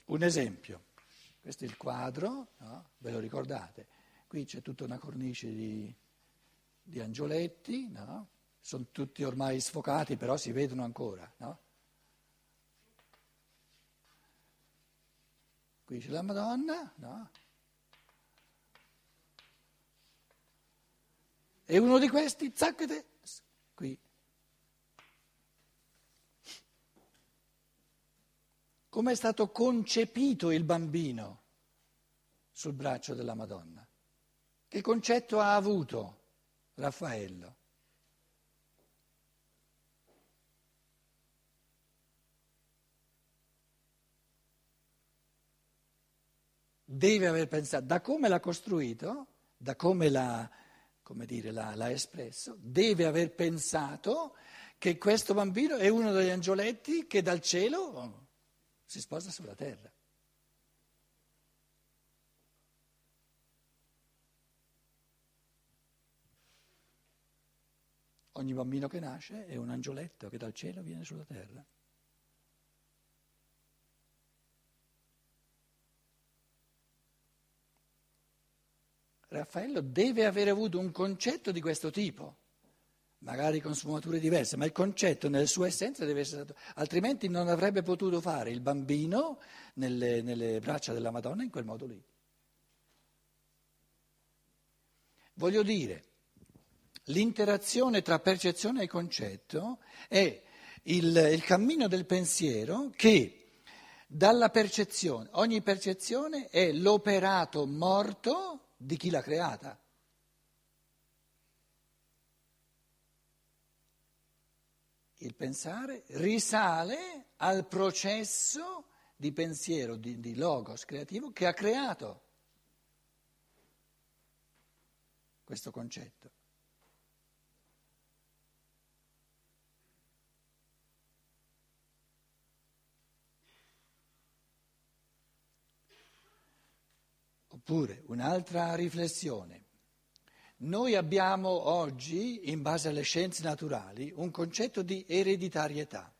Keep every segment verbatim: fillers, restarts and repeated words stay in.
Un esempio, questo è il quadro, no? Ve lo ricordate? Qui c'è tutta una cornice di, di angioletti, no? Sono tutti ormai sfocati, però si vedono ancora, no? Qui c'è la Madonna, no? E uno di questi, zacchete, qui. Come è stato concepito il bambino sul braccio della Madonna? Che concetto ha avuto Raffaello? Deve aver pensato, da come l'ha costruito, da come l'ha, come dire, l'ha, l'ha espresso, deve aver pensato che questo bambino è uno degli angioletti che dal cielo si sposta sulla terra. Ogni bambino che nasce è un angioletto che dal cielo viene sulla terra. Raffaello deve aver avuto un concetto di questo tipo, magari con sfumature diverse, ma il concetto nella sua essenza deve essere stato, altrimenti non avrebbe potuto fare il bambino nelle, nelle braccia della Madonna in quel modo lì. Voglio dire, l'interazione tra percezione e concetto è il, il cammino del pensiero che dalla percezione, ogni percezione è l'operato morto di chi l'ha creata. Il pensare risale al processo di pensiero, di, di logos creativo che ha creato questo concetto. Oppure un'altra riflessione. Noi abbiamo oggi, in base alle scienze naturali, un concetto di ereditarietà.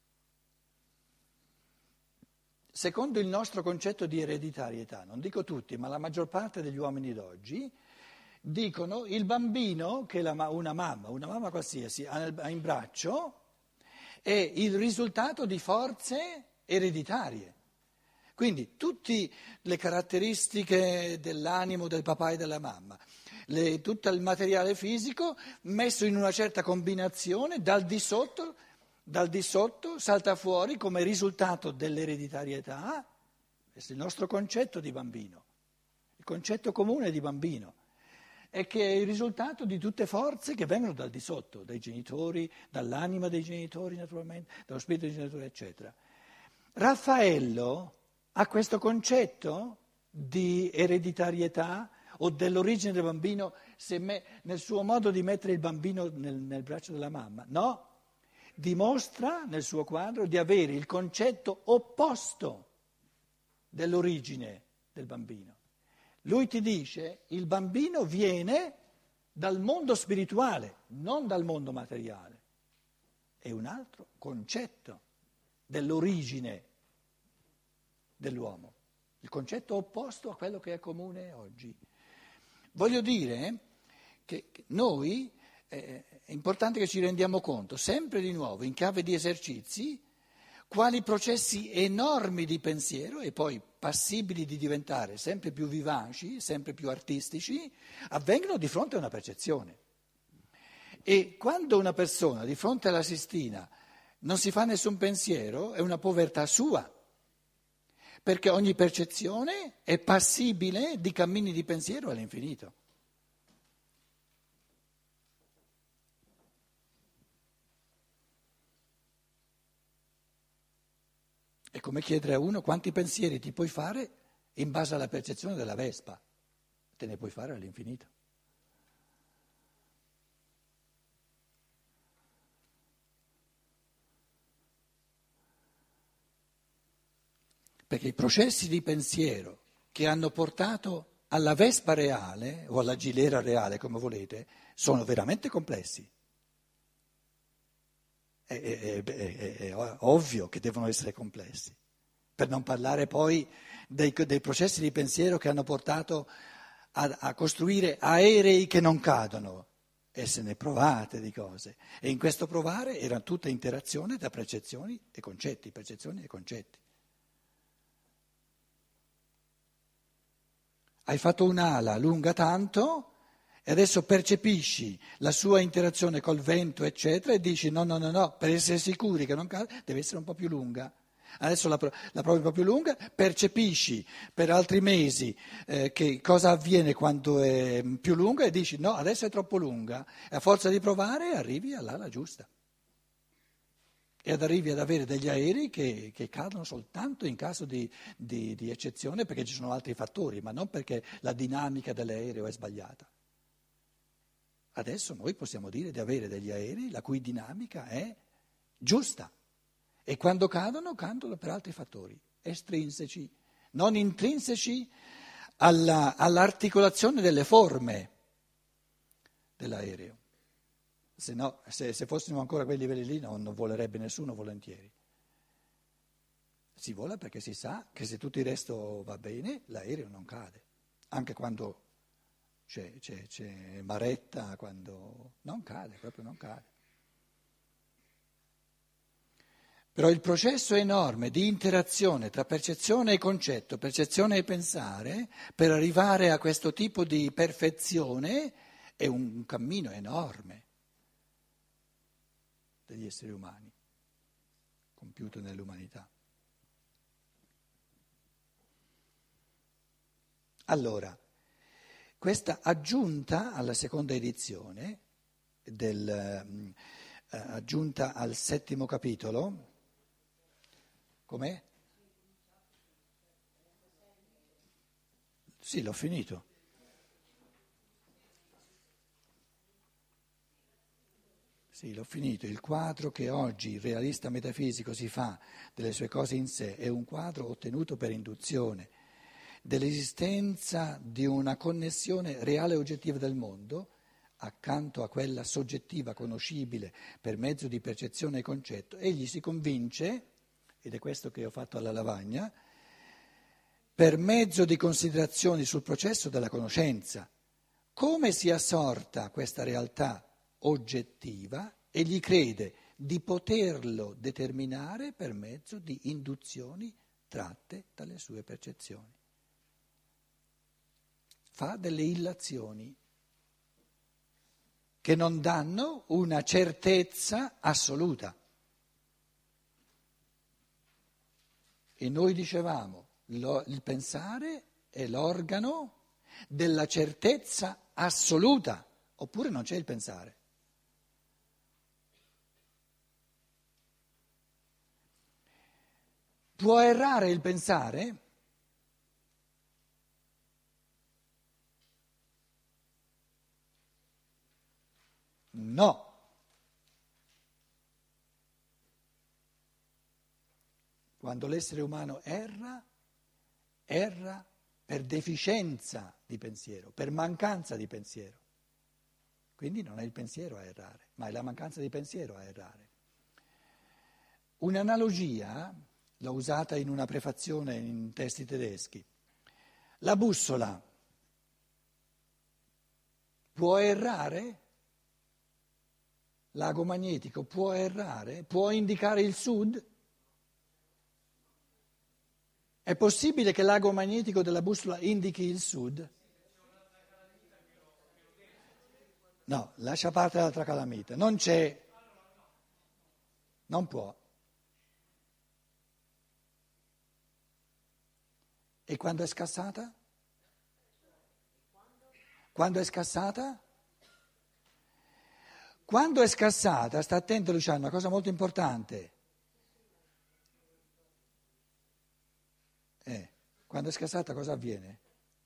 Secondo il nostro concetto di ereditarietà, non dico tutti, ma la maggior parte degli uomini d'oggi, dicono il bambino che la, una mamma, una mamma qualsiasi, ha in braccio è il risultato di forze ereditarie. Quindi tutte le caratteristiche dell'animo del papà e della mamma, le, tutto il materiale fisico messo in una certa combinazione dal di sotto, dal di sotto salta fuori come risultato dell'ereditarietà, questo è il nostro concetto di bambino, il concetto comune di bambino, è che è il risultato di tutte forze che vengono dal di sotto, dai genitori, dall'anima dei genitori naturalmente, dallo spirito dei genitori eccetera. Raffaello ha questo concetto di ereditarietà o dell'origine del bambino se me, nel suo modo di mettere il bambino nel, nel braccio della mamma. No, dimostra nel suo quadro di avere il concetto opposto dell'origine del bambino. Lui ti dice il bambino viene dal mondo spirituale, non dal mondo materiale. È un altro concetto dell'origine dell'uomo, il concetto opposto a quello che è comune oggi. Voglio dire che noi, eh, è importante che ci rendiamo conto, sempre di nuovo, in chiave di esercizi, quali processi enormi di pensiero e poi passibili di diventare sempre più vivaci, sempre più artistici, avvengono di fronte a una percezione. E quando una persona di fronte alla Sistina non si fa nessun pensiero, è una povertà sua. Perché ogni percezione è passibile di cammini di pensiero all'infinito. È come chiedere a uno quanti pensieri ti puoi fare in base alla percezione della Vespa. Te ne puoi fare all'infinito. Perché i processi di pensiero che hanno portato alla Vespa reale o alla Gilera reale, come volete, sono veramente complessi. È, è, è, è, è ovvio che devono essere complessi. Per non parlare poi dei, dei processi di pensiero che hanno portato a, a costruire aerei che non cadono, e se ne provate di cose. E in questo provare era tutta interazione tra percezioni e concetti, percezioni e concetti. Hai fatto un'ala lunga tanto e adesso percepisci la sua interazione col vento, eccetera, e dici no, no, no, no, per essere sicuri che non cade deve essere un po' più lunga. Adesso la, la provi un po' più lunga, percepisci per altri mesi eh, che cosa avviene quando è più lunga e dici no, adesso è troppo lunga. E a forza di provare arrivi all'ala giusta. E ad arrivi ad avere degli aerei che, che cadono soltanto in caso di, di, di eccezione, perché ci sono altri fattori, ma non perché la dinamica dell'aereo è sbagliata. Adesso noi possiamo dire di avere degli aerei la cui dinamica è giusta. E quando cadono, cadono per altri fattori estrinseci, non intrinseci alla, all'articolazione delle forme dell'aereo. Se no, se, se fossimo ancora a quei livelli lì, non, non volerebbe nessuno volentieri. Si vola perché si sa che se tutto il resto va bene, l'aereo non cade, anche quando c'è, c'è, c'è maretta, quando non cade, proprio non cade. Però il processo enorme di interazione tra percezione e concetto, percezione e pensare, per arrivare a questo tipo di perfezione è un cammino enorme degli esseri umani, compiuto nell'umanità. Allora, questa aggiunta alla seconda edizione, del, eh, aggiunta al settimo capitolo, com'è? Sì, l'ho finito. Sì, l'ho finito. Il quadro che oggi il realista metafisico si fa delle sue cose in sé è un quadro ottenuto per induzione dell'esistenza di una connessione reale e oggettiva del mondo, accanto a quella soggettiva conoscibile per mezzo di percezione e concetto. Egli si convince, ed è questo che ho fatto alla lavagna, per mezzo di considerazioni sul processo della conoscenza, come sia sorta questa realtà oggettiva, egli crede di poterlo determinare per mezzo di induzioni tratte dalle sue percezioni. Fa delle illazioni che non danno una certezza assoluta. E noi dicevamo, lo, il pensare è l'organo della certezza assoluta, oppure non c'è il pensare. Può errare il pensare? No. Quando l'essere umano erra, erra per deficienza di pensiero, per mancanza di pensiero. Quindi non è il pensiero a errare, ma è la mancanza di pensiero a errare. Un'analogia, l'ho usata in una prefazione in testi tedeschi, la bussola può errare? L'ago magnetico può errare? Può indicare il sud? È possibile che l'ago magnetico della bussola indichi il sud? No, lascia parte l'altra calamita. Non c'è, non può. E quando è scassata? Quando è scassata? Quando è scassata, sta attento Luciano, una cosa molto importante. Eh, quando è scassata cosa avviene?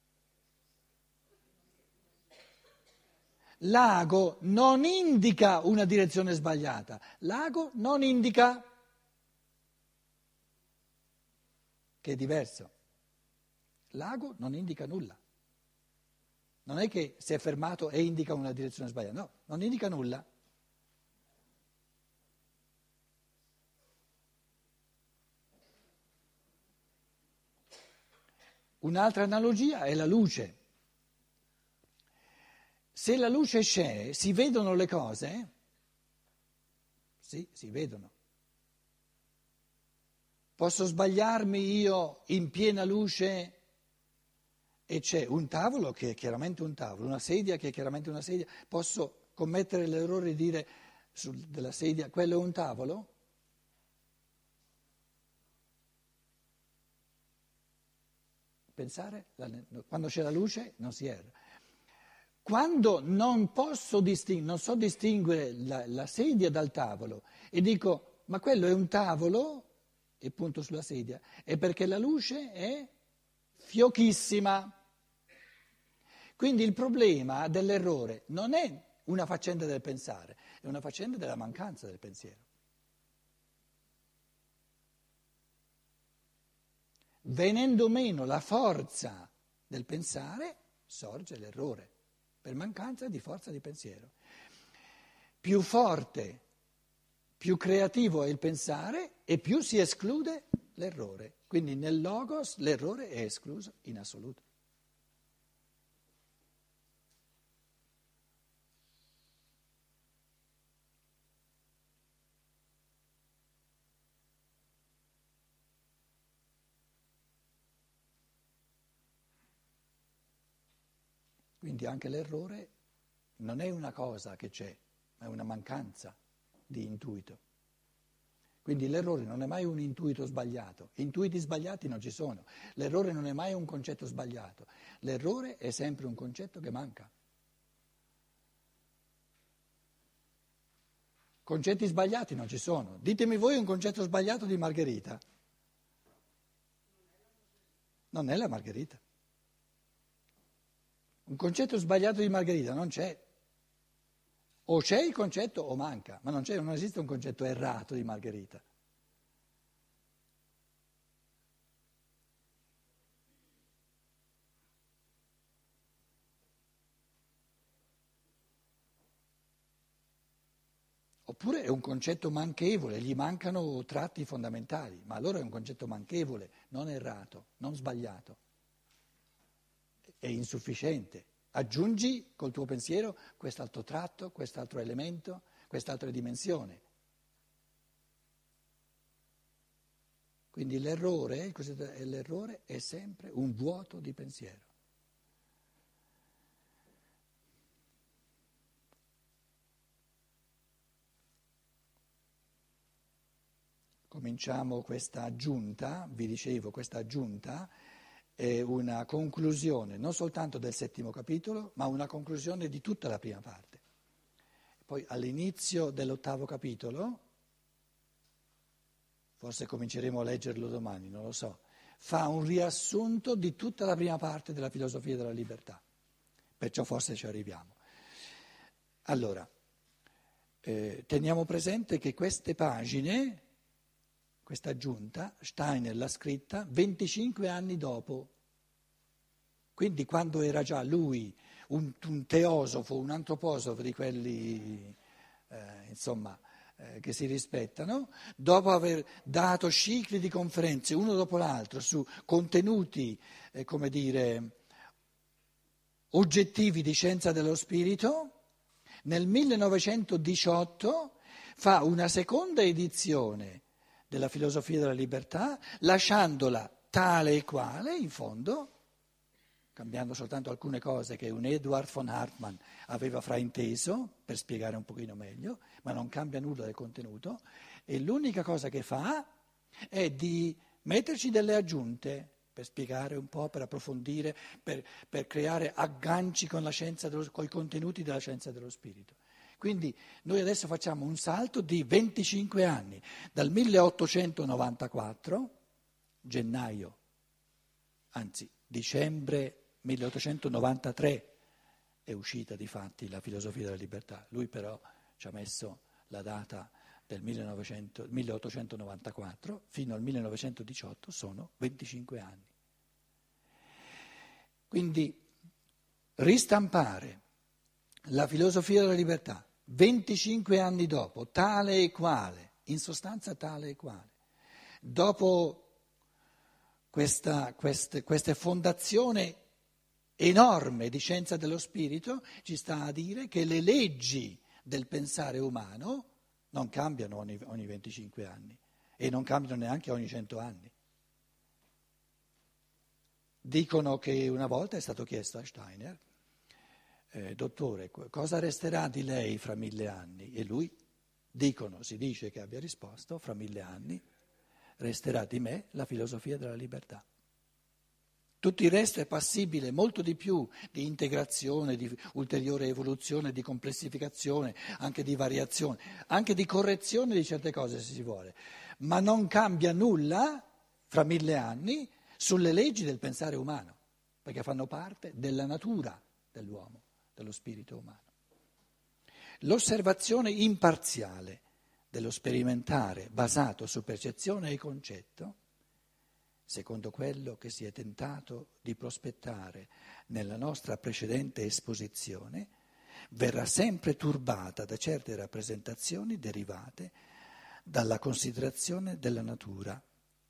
L'ago non indica una direzione sbagliata, l'ago non indica, che è diverso, l'ago non indica nulla. Non è che si è fermato e indica una direzione sbagliata, no, non indica nulla. Un'altra analogia è la luce. Se la luce c'è, si vedono le cose? Sì, si vedono. Posso sbagliarmi io in piena luce e c'è un tavolo che è chiaramente un tavolo, una sedia che è chiaramente una sedia. Posso commettere l'errore di dire sul, della sedia, quello è un tavolo? Pensare, quando c'è la luce non si erra. Quando non posso distinguere, non so distinguere la, la sedia dal tavolo e dico, ma quello è un tavolo, e punto sulla sedia, è perché la luce è fiochissima. Quindi il problema dell'errore non è una faccenda del pensare, è una faccenda della mancanza del pensiero. Venendo meno la forza del pensare, sorge l'errore, per mancanza di forza di pensiero. Più forte, più creativo è il pensare e più si esclude l'errore. Quindi nel logos l'errore è escluso in assoluto. Quindi anche l'errore non è una cosa che c'è, ma è una mancanza di intuito. Quindi l'errore non è mai un intuito sbagliato, intuiti sbagliati non ci sono, l'errore non è mai un concetto sbagliato, l'errore è sempre un concetto che manca. Concetti sbagliati non ci sono. Ditemi voi un concetto sbagliato di Margherita. Non è la Margherita. Un concetto sbagliato di Margherita non c'è. O c'è il concetto o manca, ma non c'è, non esiste un concetto errato di Margherita. Oppure è un concetto manchevole, gli mancano tratti fondamentali, ma allora è un concetto manchevole, non errato, non sbagliato. È insufficiente. Aggiungi col tuo pensiero quest'altro tratto, quest'altro elemento, quest'altra dimensione. Quindi l'errore, il cosiddetto l'errore è sempre un vuoto di pensiero. Cominciamo questa aggiunta, vi dicevo, questa aggiunta è una conclusione non soltanto del settimo capitolo, ma una conclusione di tutta la prima parte. Poi all'inizio dell'ottavo capitolo, forse cominceremo a leggerlo domani, non lo so, fa un riassunto di tutta la prima parte della filosofia della libertà, perciò forse ci arriviamo. Allora, eh, teniamo presente che queste pagine, questa aggiunta, Steiner l'ha scritta venticinque anni dopo, quindi quando era già lui un, un teosofo, un antroposofo di quelli, eh, insomma, eh, che si rispettano, dopo aver dato cicli di conferenze uno dopo l'altro su contenuti, eh, come dire, oggettivi di scienza dello spirito, nel millenovecentodiciotto fa una seconda edizione della filosofia della libertà, lasciandola tale e quale, in fondo, cambiando soltanto alcune cose che un Eduard von Hartmann aveva frainteso, per spiegare un pochino meglio, ma non cambia nulla del contenuto, e l'unica cosa che fa è di metterci delle aggiunte, per spiegare un po', per approfondire, per, per creare agganci con la scienza dello, con i contenuti della scienza dello spirito. Quindi noi adesso facciamo un salto di venticinque anni, dal milleottocentonovantaquattro, gennaio, anzi dicembre milleottocentonovantatré è uscita di fatti la filosofia della libertà, lui però ci ha messo la data del millenovecento, milleottocentonovantaquattro fino al millenovecentodiciotto sono venticinque anni. Quindi ristampare la filosofia della libertà venticinque anni dopo, tale e quale, in sostanza tale e quale, dopo questa, queste, questa fondazione enorme di scienza dello spirito ci sta a dire che le leggi del pensare umano non cambiano ogni, ogni venticinque anni e non cambiano neanche ogni cento anni. Dicono che una volta è stato chiesto a Steiner, eh, dottore, cosa resterà di lei fra mille anni? E lui, dicono, si dice che abbia risposto, fra mille anni resterà di me la filosofia della libertà. Tutto il resto è passibile molto di più di integrazione, di ulteriore evoluzione, di complessificazione, anche di variazione, anche di correzione di certe cose se si vuole, ma non cambia nulla fra mille anni sulle leggi del pensare umano, perché fanno parte della natura dell'uomo, dello spirito umano. L'osservazione imparziale dello sperimentare basato su percezione e concetto, secondo quello che si è tentato di prospettare nella nostra precedente esposizione, verrà sempre turbata da certe rappresentazioni derivate dalla considerazione della natura.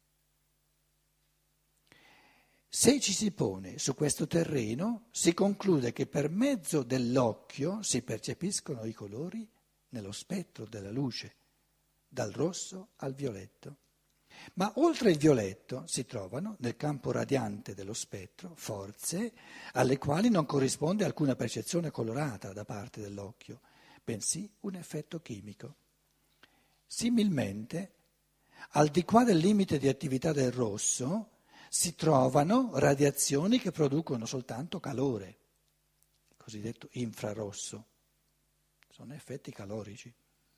Se ci si pone su questo terreno, si conclude che per mezzo dell'occhio si percepiscono i colori nello spettro della luce, dal rosso al violetto. Ma oltre il violetto si trovano, nel campo radiante dello spettro, forze alle quali non corrisponde alcuna percezione colorata da parte dell'occhio, bensì un effetto chimico. Similmente, al di qua del limite di attività del rosso, si trovano radiazioni che producono soltanto calore, il cosiddetto infrarosso, sono effetti calorici.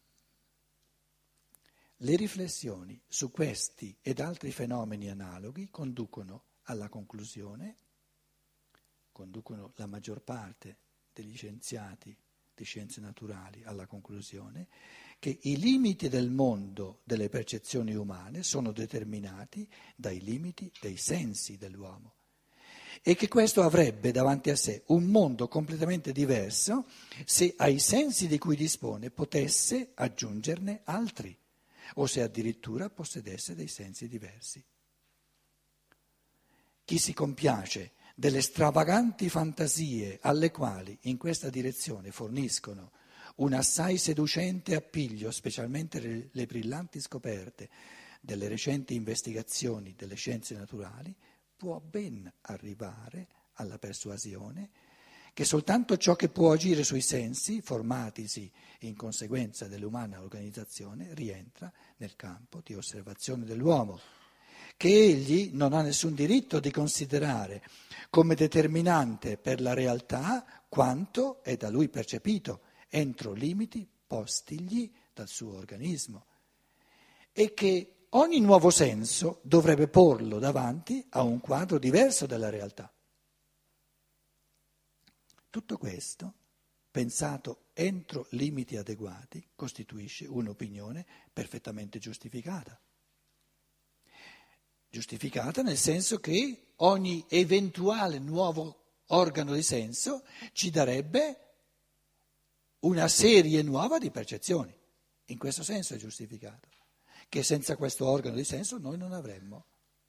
Le riflessioni su questi ed altri fenomeni analoghi conducono alla conclusione, conducono la maggior parte degli scienziati di scienze naturali alla conclusione che i limiti del mondo delle percezioni umane sono determinati dai limiti dei sensi dell'uomo e che questo avrebbe davanti a sé un mondo completamente diverso se ai sensi di cui dispone potesse aggiungerne altri o se addirittura possedesse dei sensi diversi. Chi si compiace delle stravaganti fantasie alle quali in questa direzione forniscono un assai seducente appiglio, specialmente le brillanti scoperte delle recenti investigazioni delle scienze naturali, può ben arrivare alla persuasione che soltanto ciò che può agire sui sensi, formatisi in conseguenza dell'umana organizzazione, rientra nel campo di osservazione dell'uomo, che egli non ha nessun diritto di considerare come determinante per la realtà quanto è da lui percepito, entro limiti postigli dal suo organismo, e che ogni nuovo senso dovrebbe porlo davanti a un quadro diverso della realtà. Tutto questo, pensato entro limiti adeguati, costituisce un'opinione perfettamente giustificata. Giustificata nel senso che ogni eventuale nuovo organo di senso ci darebbe una serie nuova di percezioni. In questo senso è giustificato, che senza questo organo di senso noi non avremmo.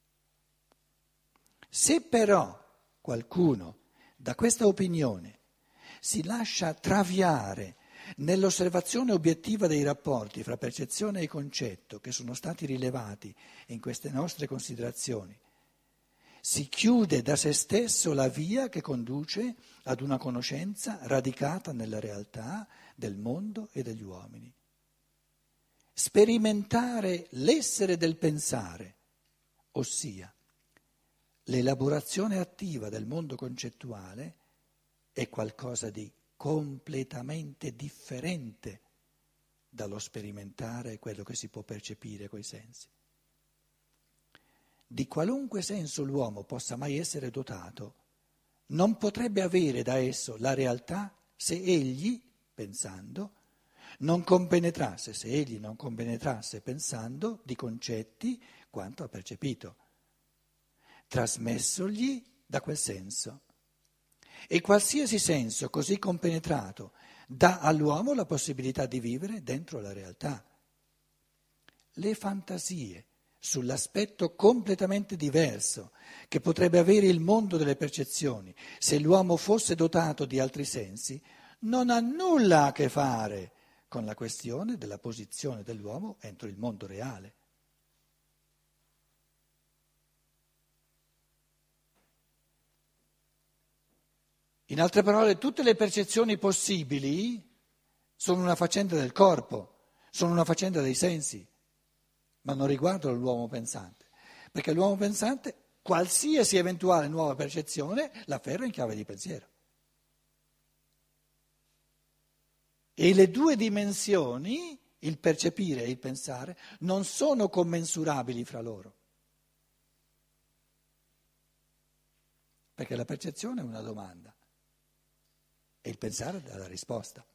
Se però qualcuno da questa opinione si lascia traviare nell'osservazione obiettiva dei rapporti fra percezione e concetto che sono stati rilevati in queste nostre considerazioni, si chiude da se stesso la via che conduce ad una conoscenza radicata nella realtà del mondo e degli uomini. Sperimentare l'essere del pensare, ossia l'elaborazione attiva del mondo concettuale, è qualcosa di completamente differente dallo sperimentare quello che si può percepire coi sensi. Di qualunque senso l'uomo possa mai essere dotato, non potrebbe avere da esso la realtà se egli, pensando, non compenetrasse, se egli non compenetrasse pensando di concetti quanto ha percepito, trasmessogli da quel senso. E qualsiasi senso così compenetrato dà all'uomo la possibilità di vivere dentro la realtà. Le fantasie sull'aspetto completamente diverso che potrebbe avere il mondo delle percezioni se l'uomo fosse dotato di altri sensi, non ha nulla a che fare con la questione della posizione dell'uomo entro il mondo reale. In altre parole, tutte le percezioni possibili sono una faccenda del corpo, sono una faccenda dei sensi, ma non riguardano l'uomo pensante, perché l'uomo pensante, qualsiasi eventuale nuova percezione, la afferra in chiave di pensiero. E le due dimensioni, il percepire e il pensare, non sono commensurabili fra loro, perché la percezione è una domanda e il pensare dà la risposta.